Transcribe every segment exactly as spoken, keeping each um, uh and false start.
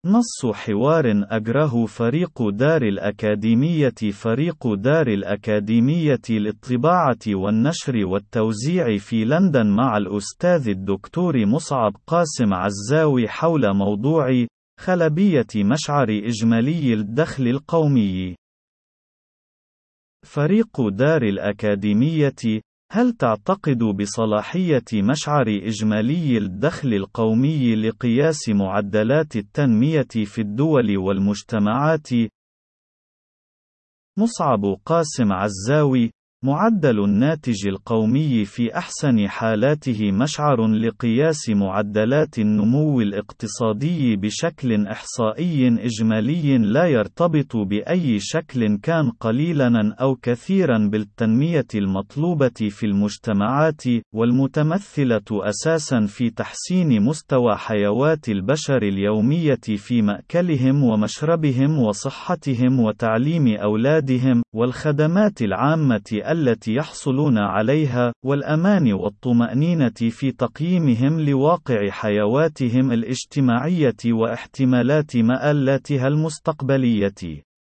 نص حوار أجره فريق دار الأكاديمية فريق دار الأكاديمية للطباعة والنشر والتوزيع في لندن مع الأستاذ الدكتور مصعب قاسم عزاوي حول موضوع خلبية مشعر إجمالي الدخل القومي. فريق دار الأكاديمية: هل تعتقد بصلاحية مشعر إجمالي الدخل القومي لقياس معدلات التنمية في الدول والمجتمعات؟ مصعب قاسم عزاوي: معدل الناتج القومي في أحسن حالاته مشعر لقياس معدلات النمو الاقتصادي بشكل إحصائي إجمالي لا يرتبط بأي شكل كان قليلاً أو كثيراً بالتنمية المطلوبة في المجتمعات، والمتمثلة أساساً في تحسين مستوى حياة البشر اليومية في مأكلهم ومشربهم وصحتهم وتعليم أولادهم، والخدمات العامة التي يحصلون عليها، والأمان والطمأنينة في تقييمهم لواقع حياتهم الاجتماعية واحتمالات مآلاتها المستقبلية.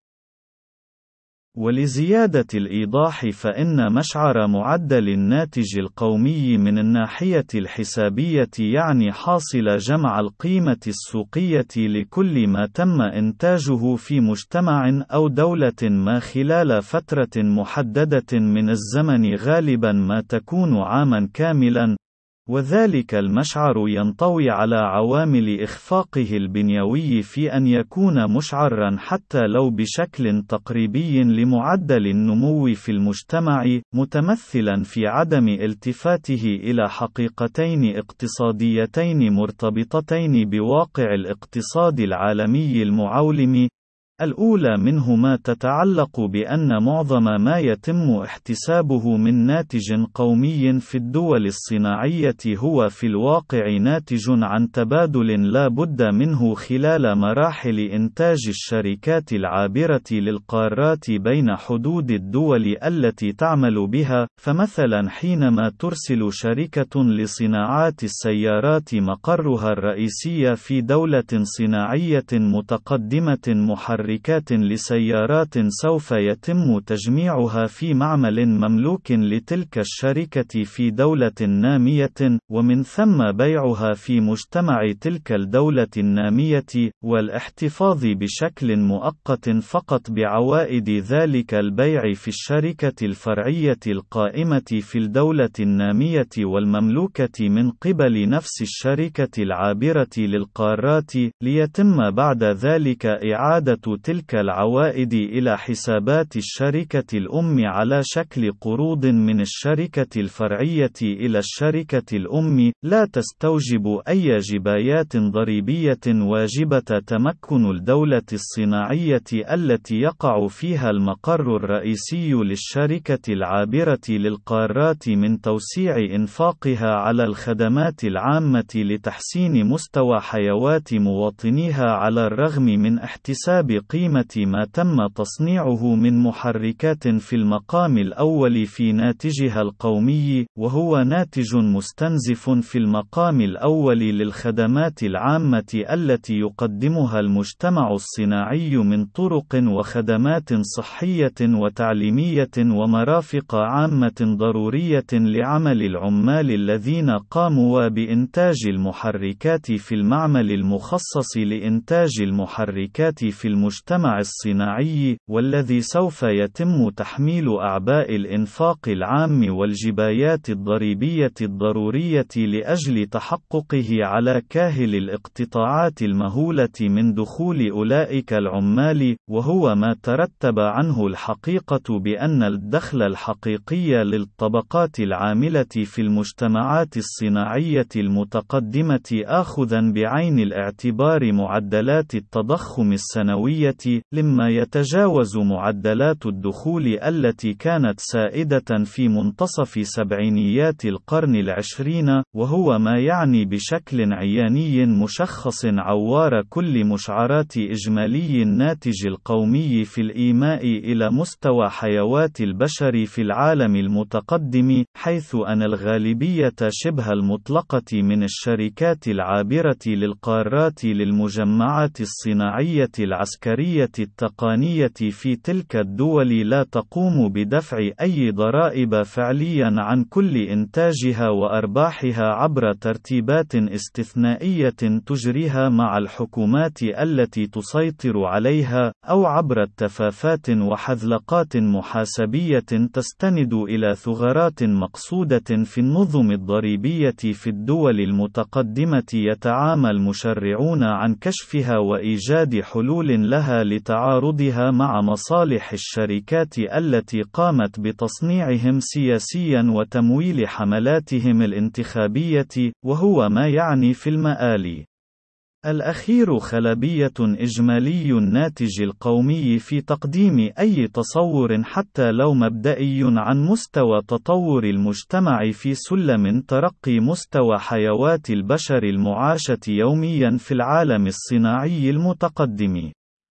ولزيادة الإيضاح، فإن مشعر معدل الناتج القومي من الناحية الحسابية يعني حاصل جمع القيمة السوقية لكل ما تم إنتاجه في مجتمع أو دولة ما خلال فترة محددة من الزمن، غالبا ما تكون عاما كاملا، وذلك المشعر ينطوي على عوامل إخفاقه البنيوي في أن يكون مشعرا حتى لو بشكل تقريبي لمعدل النمو في المجتمع، متمثلا في عدم التفاته إلى حقيقتين اقتصاديتين مرتبطتين بواقع الاقتصاد العالمي المعولم. الأولى منهما تتعلق بأن معظم ما يتم احتسابه من ناتج قومي في الدول الصناعية هو في الواقع ناتج عن تبادل لا بد منه خلال مراحل إنتاج الشركات العابرة للقارات بين حدود الدول التي تعمل بها. فمثلا حينما ترسل شركة لصناعات السيارات مقرها الرئيسي في دولة صناعية متقدمة محركة محركات لسيارات، سوف يتم تجميعها في معمل مملوك لتلك الشركة في دولة نامية، ومن ثم بيعها في مجتمع تلك الدولة النامية، والاحتفاظ بشكل مؤقت فقط بعوائد ذلك البيع في الشركة الفرعية القائمة في الدولة النامية والمملوكة من قبل نفس الشركة العابرة للقارات، ليتم بعد ذلك إعادة تلك العوائد إلى حسابات الشركة الأم على شكل قروض من الشركة الفرعية إلى الشركة الأم، لا تستوجب أي جبايات ضريبية واجبة. تمكن الدولة الصناعية التي يقع فيها المقر الرئيسي للشركة العابرة للقارات من توسيع إنفاقها على الخدمات العامة لتحسين مستوى حياة مواطنيها على الرغم من احتساب قيمة ما تم تصنيعه من محركات في المقام الأول في ناتجها القومي، وهو ناتج مستنزف في المقام الأول للخدمات العامة التي يقدمها المجتمع الصناعي من طرق وخدمات صحية وتعليمية ومرافق عامة ضرورية لعمل العمال الذين قاموا بإنتاج المحركات في المعمل المخصص لإنتاج المحركات في المجتمع الصناعي، والذي سوف يتم تحميل أعباء الإنفاق العام والجبايات الضريبية الضرورية لأجل تحققه على كاهل الاقتطاعات المهولة من دخول أولئك العمال، وهو ما ترتب عنه الحقيقة بأن الدخل الحقيقي للطبقات العاملة في المجتمعات الصناعية المتقدمة، آخذا بعين الاعتبار معدلات التضخم السنوية الحسابية، لما يتجاوز معدلات الدخول التي كانت سائدة في منتصف سبعينيات القرن العشرين، وهو ما يعني بشكل عياني مشخص عوار كل مشعرات إجمالي الناتج القومي في الإيماء إلى مستوى حيوات البشر في العالم المتقدم، حيث أن الغالبية شبه المطلقة من الشركات العابرة للقارات للمجمعات الصناعية العسكرية التقنية في تلك الدول لا تقوم بدفع أي ضرائب فعليا عن كل إنتاجها وأرباحها عبر ترتيبات استثنائية تجريها مع الحكومات التي تسيطر عليها، أو عبر اتفاقات وحذلقات محاسبية تستند إلى ثغرات مقصودة في النظم الضريبية في الدول المتقدمة يتعامل مشرعون عن كشفها وإيجاد حلول لها لتعارضها مع مصالح الشركات التي قامت بتصنيعهم سياسيا وتمويل حملاتهم الانتخابية، وهو ما يعني في المآل الأخير خلبية إجمالي الناتج القومي في تقديم أي تصور حتى لو مبدئي عن مستوى تطور المجتمع في سلم ترقي مستوى حيوات البشر المعاشة يوميا في العالم الصناعي المتقدم.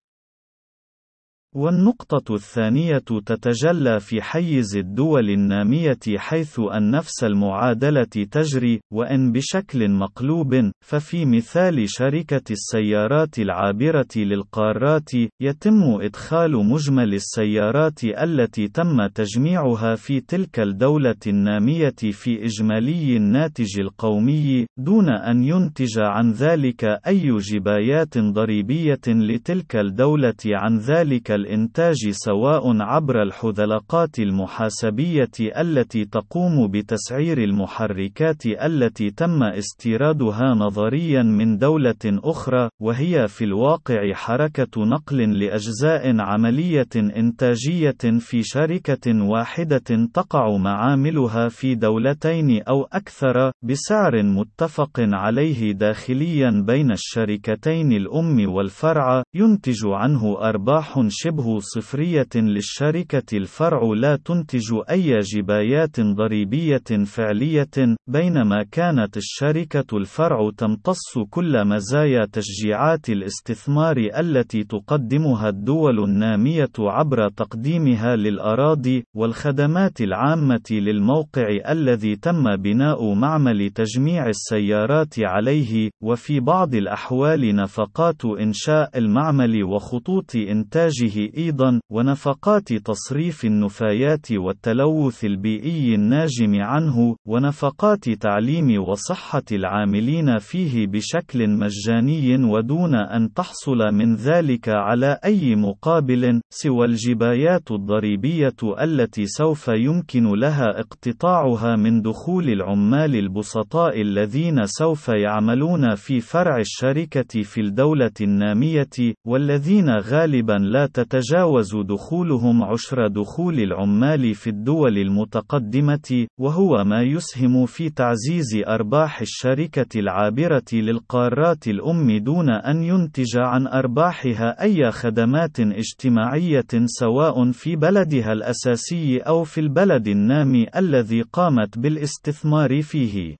والنقطة الثانية تتجلى في حيز الدول النامية، حيث أن نفس المعادلة تجري، وإن بشكل مقلوب، ففي مثال شركة السيارات العابرة للقارات، يتم إدخال مجمل السيارات التي تم تجميعها في تلك الدولة النامية في إجمالي الناتج القومي، دون أن ينتج عن ذلك أي جبايات ضريبية لتلك الدولة عن ذلك الإنتاج، سواء عبر الحذلقات المحاسبية التي تقوم بتسعير المحركات التي تم استيرادها نظريا من دولة أخرى، وهي في الواقع حركة نقل لأجزاء عملية إنتاجية في شركة واحدة تقع معاملها في دولتين أو أكثر، بسعر متفق عليه داخليا بين الشركتين الأم والفرع، ينتج عنه أرباح شبه صفرية للشركة الفرع لا تنتج أي جبايات ضريبية فعلية، بينما كانت الشركة الفرع تمتص كل مزايا تشجيعات الاستثمار التي تقدمها الدول النامية عبر تقديمها للأراضي والخدمات العامة للموقع الذي تم بناء معمل تجميع السيارات عليه، وفي بعض الأحوال نفقات إنشاء المعمل وخطوط إنتاجه أيضا، ونفقات تصريف النفايات والتلوث البيئي الناجم عنه، ونفقات تعليم وصحة العاملين فيه بشكل مجاني ودون أن تحصل من ذلك على أي مقابل، سوى الجبايات الضريبية التي سوف يمكن لها اقتطاعها من دخول العمال البسطاء الذين سوف يعملون في فرع الشركة في الدولة النامية، والذين غالبا لا تتجاوز دخولهم عشر دخول العمال في الدول المتقدمة، وهو ما يسهم في تعزيز أرباح الشركة العابرة للقارات الأم دون أن ينتج عن أرباحها أي خدمات اجتماعية سواء في بلدها الأساسي أو في البلد النامي الذي قامت بالاستثمار فيه.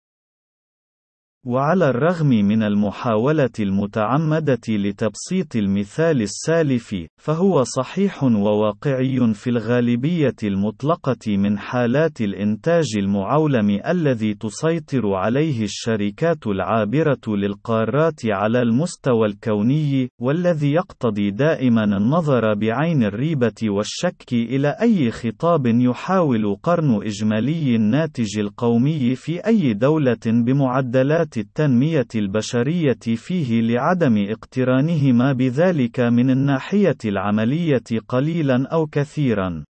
وعلى الرغم من المحاولة المتعمدة لتبسيط المثال السالف، فهو صحيح وواقعي في الغالبية المطلقة من حالات الإنتاج المعولم الذي تسيطر عليه الشركات العابرة للقارات على المستوى الكوني، والذي يقتضي دائما النظر بعين الريبة والشك إلى أي خطاب يحاول قرن إجمالي الناتج القومي في أي دولة بمعدلات التنمية البشرية فيه لعدم اقترانهما بذلك من الناحية العملية قليلا أو كثيرا.